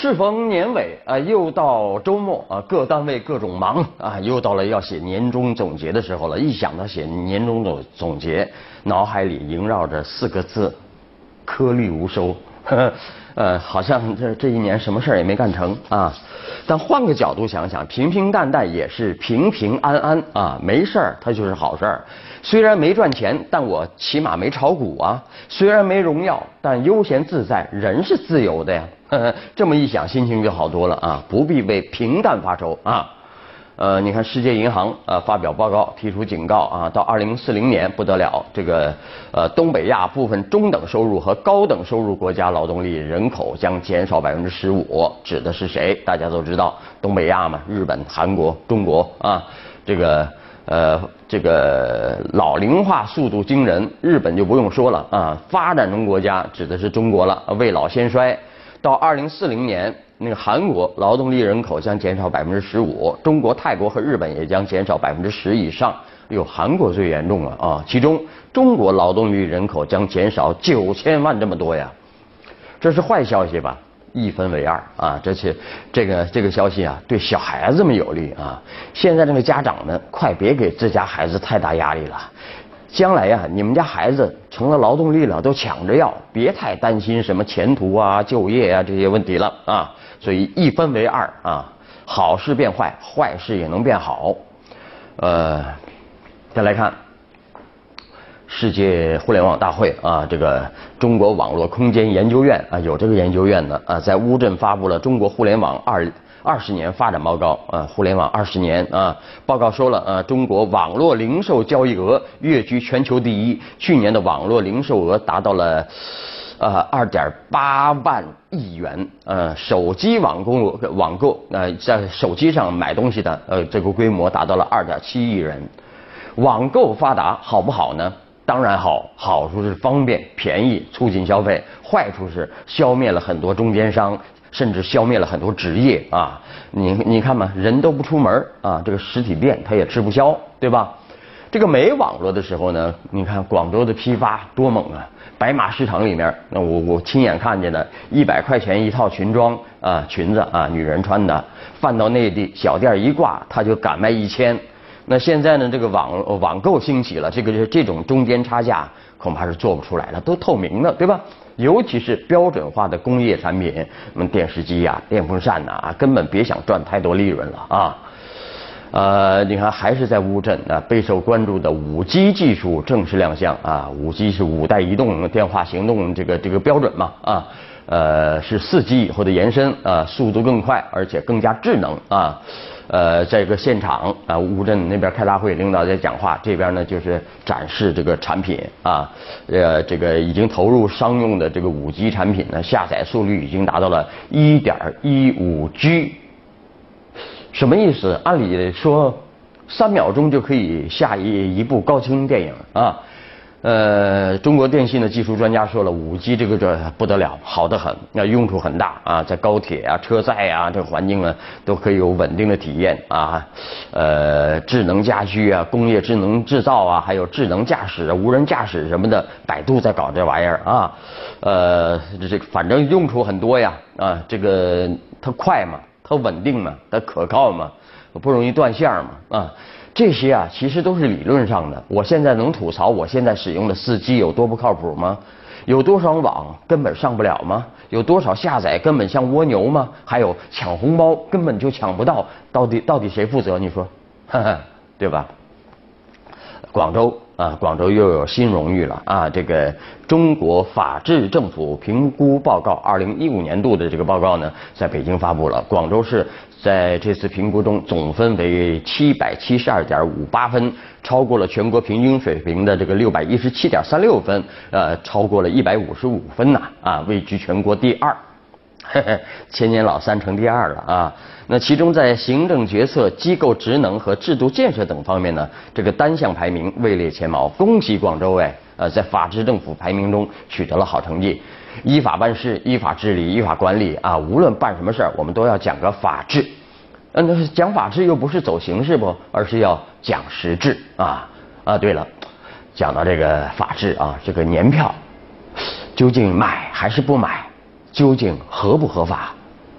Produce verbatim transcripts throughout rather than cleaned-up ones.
适逢年尾啊，又到周末啊，各单位各种忙啊，又到了要写年终总结的时候了。一想到写年终总总结，脑海里萦绕着四个字：颗粒无收。呵呵呃，好像这这一年什么事儿也没干成啊。但换个角度想想，平平淡淡也是平平安安啊，没事儿它就是好事儿。虽然没赚钱，但我起码没炒股啊。虽然没荣耀，但悠闲自在，人是自由的呀。呵呵这么一想，心情就好多了啊，不必为平淡发愁啊。呃，你看世界银行呃发表报告提出警告啊，到二零四零年不得了，这个呃东北亚部分中等收入和高等收入国家劳动力人口将减少百分之十五，指的是谁？大家都知道，东北亚嘛，日本、韩国、中国啊，这个呃这个老龄化速度惊人，日本就不用说了啊，发展中国家指的是中国了，未老先衰，到二零四零年。那个韩国劳动力人口将减少百分之十五，中国、泰国和日本也将减少百分之十以上。哟，韩国最严重了啊！其中中国劳动力人口将减少九千万这么多呀，这是坏消息吧？一分为二啊！这些这个这个消息啊，对小孩子们有利啊。现在这个家长们，快别给自家孩子太大压力了。将来呀、啊，你们家孩子成了劳动力了，都抢着要，别太担心什么前途啊、就业啊这些问题了啊。所以一分为二啊，好事变坏，坏事也能变好。呃，再来看世界互联网大会啊，这个中国网络空间研究院啊，有这个研究院呢啊，在乌镇发布了中国互联网二。二十年发展报告啊，互联网二十年啊，报告说了啊，中国网络零售交易额跃居全球第一，去年的网络零售额达到了呃二点八万亿元，呃，手机网购网购呃在手机上买东西的呃这个规模达到了二点七亿人，网购发达好不好呢？当然好，好处是方便、便宜，促进消费；坏处是消灭了很多中间商。甚至消灭了很多职业啊！你你看嘛，人都不出门啊，这个实体店它也吃不消，对吧？这个没网络的时候呢，你看广州的批发多猛啊！白马市场里面，那我我亲眼看见的，一百块钱一套裙装啊，裙子啊，女人穿的，放到内地小店一挂，它就敢卖一千。那现在呢，这个网网购兴起了，这个这种中间差价恐怕是做不出来了，都透明的，对吧？尤其是标准化的工业产品，什么电视机呀、电风扇呐、啊，根本别想赚太多利润了啊！呃，你看还是在乌镇啊，备受关注的五 G 技术正式亮相啊。五 G 是五代移动电话行动这个这个标准嘛啊，呃是四 G 以后的延伸啊，速度更快，而且更加智能啊。呃，在这个现场啊，乌镇那边开大会，领导在讲话，这边呢就是展示这个产品啊，呃，这个已经投入商用的这个五 G 产品呢，下载速率已经达到了 一点一五 G， 什么意思？按理说三秒钟就可以下一一部高清电影啊。呃，中国电信的技术专家说了，五 G 这个这不得了，好得很，那用处很大啊，在高铁啊、车载啊这个环境呢，都可以有稳定的体验啊。呃，智能家居啊、工业智能制造啊，还有智能驾驶、无人驾驶什么的，百度在搞这玩意儿啊。呃，这个反正用处很多呀啊，这个它快嘛，它稳定嘛，它可靠嘛，不容易断线嘛啊。这些啊，其实都是理论上的。我现在能吐槽我现在使用的四 G 有多不靠谱吗？有多少网根本上不了吗？有多少下载根本像蜗牛吗？还有抢红包根本就抢不到，到底到底谁负责？你说，哈哈，对吧？广州啊，广州又有新荣誉了啊！这个中国法治政府评估报告二零一五年度的这个报告呢，在北京发布了。广州市在这次评估中总分为七百七十二点五八分，超过了全国平均水平的这个六百一十七点三六分，呃，超过了一百五十五分呐啊，位居全国第二。嘿嘿，千年老三成第二了啊！那其中在行政决策、机构职能和制度建设等方面呢，这个单项排名位列前茅。恭喜广州哎！呃，在法治政府排名中取得了好成绩。依法办事、依法治理、依法管理啊，无论办什么事儿，我们都要讲个法治。嗯，那讲法治又不是走形式不，而是要讲实质啊啊！对了，讲到这个法治啊，这个年票究竟买还是不买？究竟合不合法？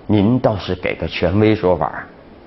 您倒是给个权威说法。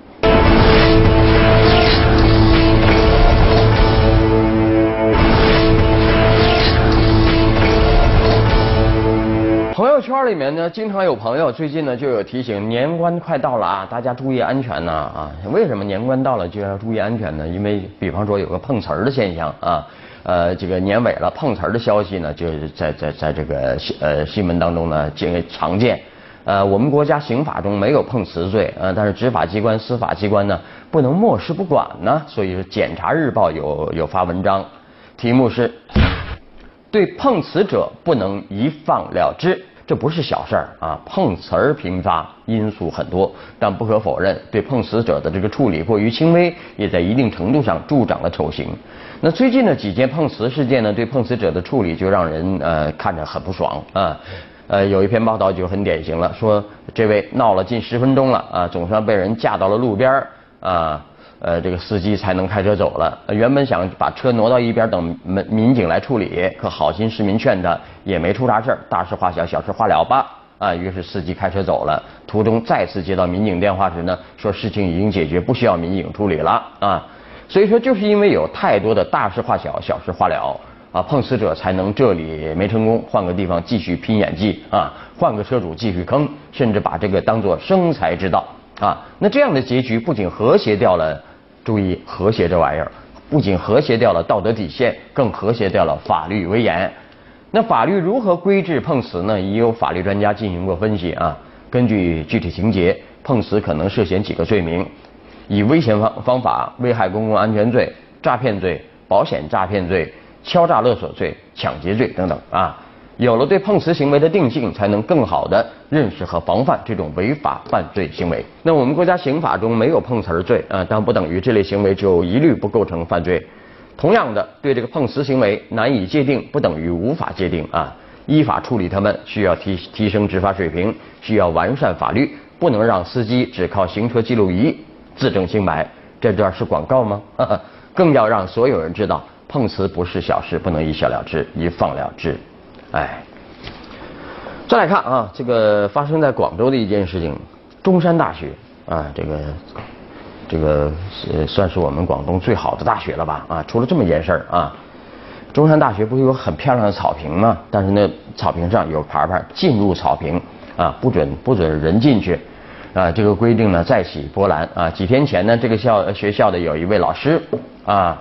朋友圈里面呢，经常有朋友最近呢就有提醒，年关快到了啊，大家注意安全呐啊！为什么年关到了就要注意安全呢？因为比方说有个碰瓷儿的现象啊，呃，这个年尾了，碰瓷儿的消息呢，就是在在在这个呃新闻当中呢，经常见。呃，我们国家刑法中没有碰瓷罪，呃，但是执法机关、司法机关呢不能漠视不管呢，所以检察日报有有发文章，题目是对碰瓷者不能一放了之。这不是小事儿啊！碰瓷儿频发因素很多，但不可否认，对碰瓷者的这个处理过于轻微，也在一定程度上助长了丑行。那最近的几件碰瓷事件呢，对碰瓷者的处理就让人呃看着很不爽啊。呃，有一篇报道就很典型了，说这位闹了近十分钟了啊，总算被人架到了路边儿啊。呃，这个司机才能开车走了。呃、原本想把车挪到一边等民民警来处理，可好心市民劝他也没出啥事儿，大事化小，小事化了吧。啊，于是司机开车走了。途中再次接到民警电话时呢，说事情已经解决，不需要民警处理了啊。所以说，就是因为有太多的大事化小，小事化了啊，碰瓷者才能这里没成功，换个地方继续拼演技啊，换个车主继续坑，甚至把这个当作生财之道。啊，那这样的结局不仅和谐掉了，注意和谐这玩意儿，不仅和谐掉了道德底线，更和谐掉了法律威严。那法律如何规制碰瓷呢？也有法律专家进行过分析啊。根据具体情节，碰瓷可能涉嫌几个罪名：以危险方方法危害公共安全罪、诈骗罪、保险诈骗罪、敲诈勒索罪、抢劫罪等等啊。有了对碰瓷行为的定性，才能更好的认识和防范这种违法犯罪行为。那我们国家刑法中没有碰瓷罪啊，但不等于这类行为就一律不构成犯罪。同样的，对这个碰瓷行为难以界定，不等于无法界定啊。依法处理他们需要提提升执法水平，需要完善法律，不能让司机只靠行车记录仪自证清白。这段是广告吗？呵呵，更要让所有人知道，碰瓷不是小事，不能一笑了之，一放了之。哎，再来看啊，这个发生在广州的一件事情，中山大学啊，这个这个是算是我们广东最好的大学了吧？啊，出了这么一件事儿啊，中山大学不是有很漂亮的草坪吗？但是那草坪上有牌牌，进入草坪啊，不准不准人进去啊，这个规定呢再起波澜啊。几天前呢，这个校学校的有一位老师啊，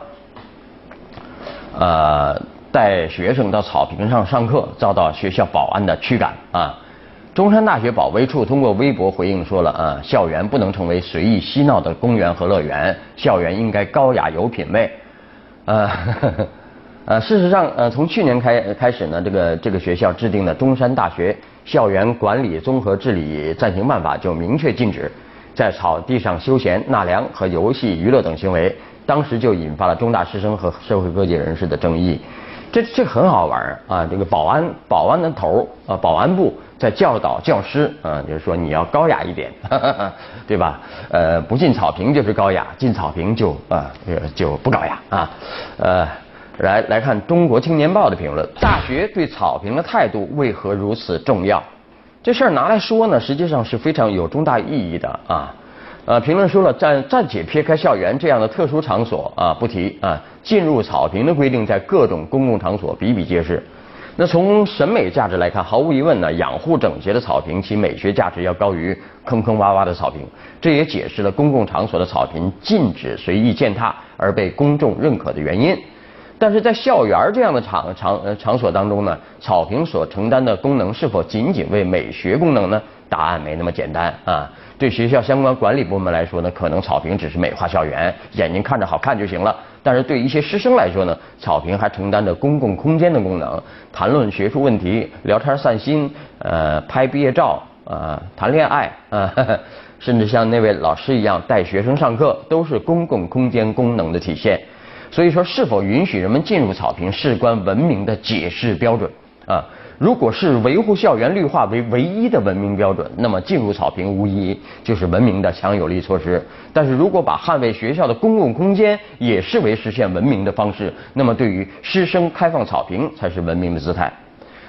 呃。带学生到草坪上上课，遭到学校保安的驱赶啊！中山大学保卫处通过微博回应说了啊，校园不能成为随意嬉闹的公园和乐园，校园应该高雅有品位。呃，呵呵呃，事实上，呃，从去年开开始呢，这个这个学校制定的《中山大学校园管理综合治理暂行办法》就明确禁止在草地上休闲、纳凉和游戏娱乐等行为，当时就引发了中大师生和社会各界人士的争议。这这很好玩啊！这个保安保安的头啊，保安部在教导教师啊，就是说你要高雅一点，呵呵对吧？呃，不进草坪就是高雅，进草坪就啊就不高雅啊。呃，来来看《中国青年报》的评论：大学对草坪的态度为何如此重要？这事儿拿来说呢，实际上是非常有重大意义的啊。呃，评论说了，暂暂且撇开校园这样的特殊场所啊不提啊，进入草坪的规定在各种公共场所比比皆是。那从审美价值来看，毫无疑问呢，养护整洁的草坪其美学价值要高于坑坑洼洼的草坪。这也解释了公共场所的草坪禁止随意践踏而被公众认可的原因。但是在校园这样的场场呃场所当中呢，草坪所承担的功能是否仅仅为美学功能呢？答案没那么简单啊。对学校相关管理部门来说呢，可能草坪只是美化校园，眼睛看着好看就行了。但是对一些师生来说呢，草坪还承担着公共空间的功能，谈论学术问题、聊天散心、呃拍毕业照、呃谈恋爱啊、呃，甚至像那位老师一样带学生上课，都是公共空间功能的体现。所以说，是否允许人们进入草坪，事关文明的解释标准啊。如果是维护校园绿化为唯一的文明标准，那么进入草坪无疑就是文明的强有力措施。但是如果把捍卫学校的公共空间也视为实现文明的方式，那么对于师生开放草坪才是文明的姿态。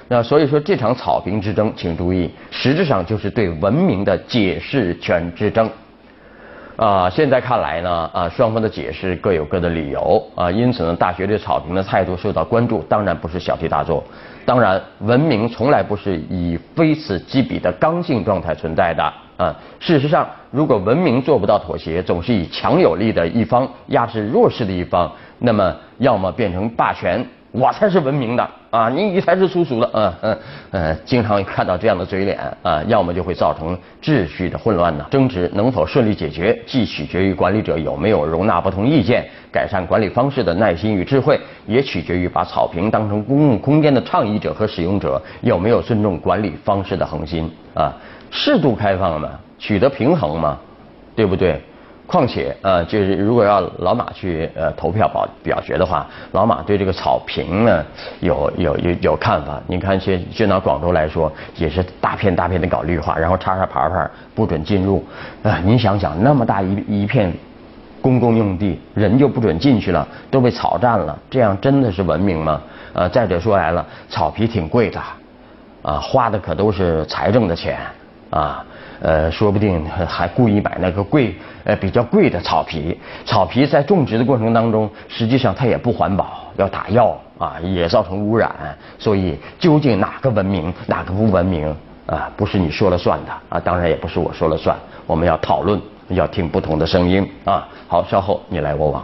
那所以说这场草坪之争，请注意，实质上就是对文明的解释权之争。啊，现在看来呢，啊，双方的解释各有各的理由啊，因此呢，大学对草坪的态度受到关注，当然不是小题大做。当然，文明从来不是以非此即彼的刚性状态存在的啊。事实上，如果文明做不到妥协，总是以强有力的一方压制弱势的一方，那么要么变成霸权。我才是文明的啊，你你才是粗俗的，嗯嗯嗯，经常看到这样的嘴脸啊，要么就会造成秩序的混乱呢。争执能否顺利解决，既取决于管理者有没有容纳不同意见、改善管理方式的耐心与智慧，也取决于把草坪当成公共空间的倡议者和使用者有没有尊重管理方式的恒心啊，适度开放嘛，取得平衡嘛，对不对？况且，呃，就是如果要老马去呃投票表表决的话，老马对这个草坪呢有有有有看法。你看，就就拿广州来说，也是大片大片的搞绿化，然后插插牌牌不准进入。啊、呃，你想想，那么大一一片公共用地，人就不准进去了，都被草占了，这样真的是文明吗？呃，再者说来了，草皮挺贵的，啊，花的可都是财政的钱啊。呃，说不定还故意买那个贵呃比较贵的草皮，草皮在种植的过程当中，实际上它也不环保，要打药啊，也造成污染。所以究竟哪个文明，哪个不文明啊，不是你说了算的啊，当然也不是我说了算，我们要讨论，要听不同的声音啊。好，稍后你来我往。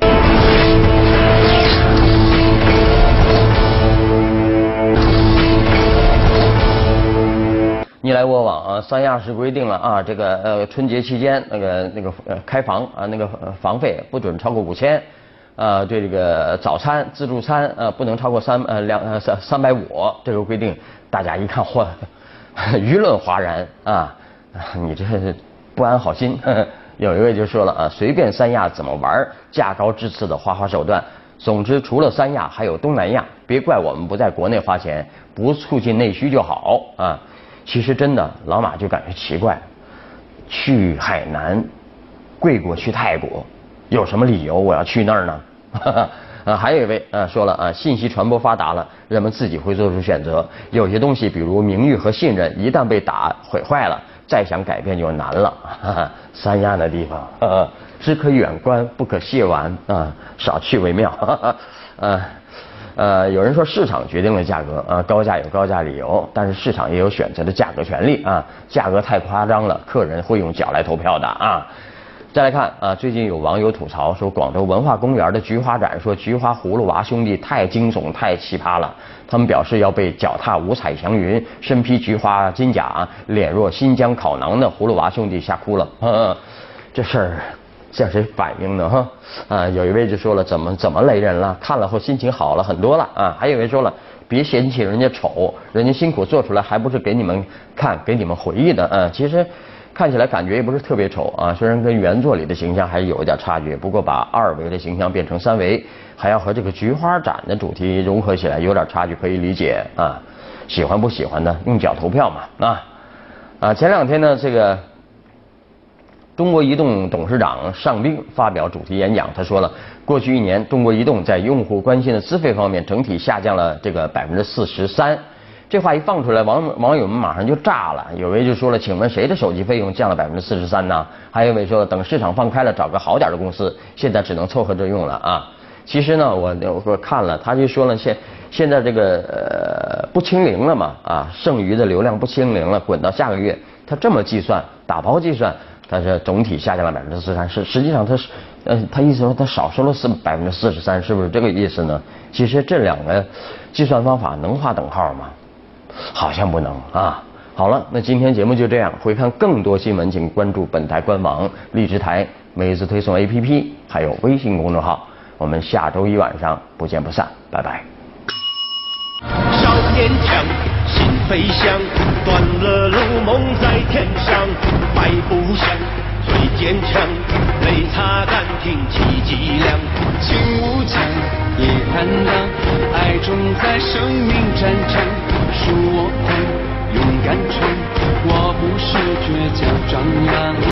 你来我往啊，三亚市规定了啊，这个呃春节期间那个那个呃开房啊那个房费不准超过五千，啊对这个早餐自助餐呃不能超过三呃两呃三三百五这个规定，大家一看嚯，舆论哗然啊，你这是不安好心。呵呵有一位就说了啊，随便三亚怎么玩，价高质次的花花手段。总之，除了三亚，还有东南亚，别怪我们不在国内花钱，不促进内需就好啊。其实真的，老马就感觉奇怪，去海南、贵国、去泰国，有什么理由我要去那儿呢？啊，还有一位啊说了啊，信息传播发达了，人们自己会做出选择。有些东西，比如名誉和信任，一旦被打毁坏了，再想改变就难了。哈哈，三亚那地方，哈哈，只可远观，不可亵玩啊，少去为妙。哈哈，呃。呃，有人说市场决定了价格啊，高价有高价理由，但是市场也有选择的价格权利啊，价格太夸张了，客人会用脚来投票的啊。再来看啊，最近有网友吐槽说，广州文化公园的菊花展说菊花葫芦娃兄弟太惊悚太奇葩了，他们表示要被脚踏五彩祥云，身披菊花金甲，脸若新疆烤馕的葫芦娃兄弟吓哭了。呵呵，这事儿向谁反映呢？哈啊，有一位就说了，怎么怎么雷人了？看了后心情好了很多了啊。还有一位说了，别嫌弃人家丑，人家辛苦做出来，还不是给你们看，给你们回忆的啊。其实看起来感觉也不是特别丑啊，虽然跟原作里的形象还是有一点差距，不过把二维的形象变成三维，还要和这个菊花展的主题融合起来，有点差距可以理解啊。喜欢不喜欢的，用脚投票嘛啊啊！前两天呢，这个。中国移动董事长尚彬发表主题演讲，他说了，过去一年，中国移动在用户关心的资费方面整体下降了这个百分之四十三。这话一放出来，网网友们马上就炸了。有位就说了，请问谁的手机费用降了百分之四十三呢？还有一位说了，等市场放开了，找个好点的公司，现在只能凑合着用了啊。其实呢，我我看了，他就说了，现现在这个呃不清零了嘛啊，剩余的流量不清零了，滚到下个月，他这么计算，打包计算。它是总体下降了百分之四十三，是实际上它是，呃，他意思说它少收了四百分之四十三，是不是这个意思呢？其实这两个计算方法能画等号吗？好像不能啊。好了，那今天节目就这样。回看更多新闻，请关注本台官网、荔枝台、每日推送 A P P， 还有微信公众号。我们下周一晚上不见不散，拜拜。 少年强，心飞翔，断了路，梦在天上。百步响，最坚强，泪擦干，挺起脊梁。 情无价，也坦荡，爱中在生命战场。恕我狂，勇敢闯，我不是倔强张扬。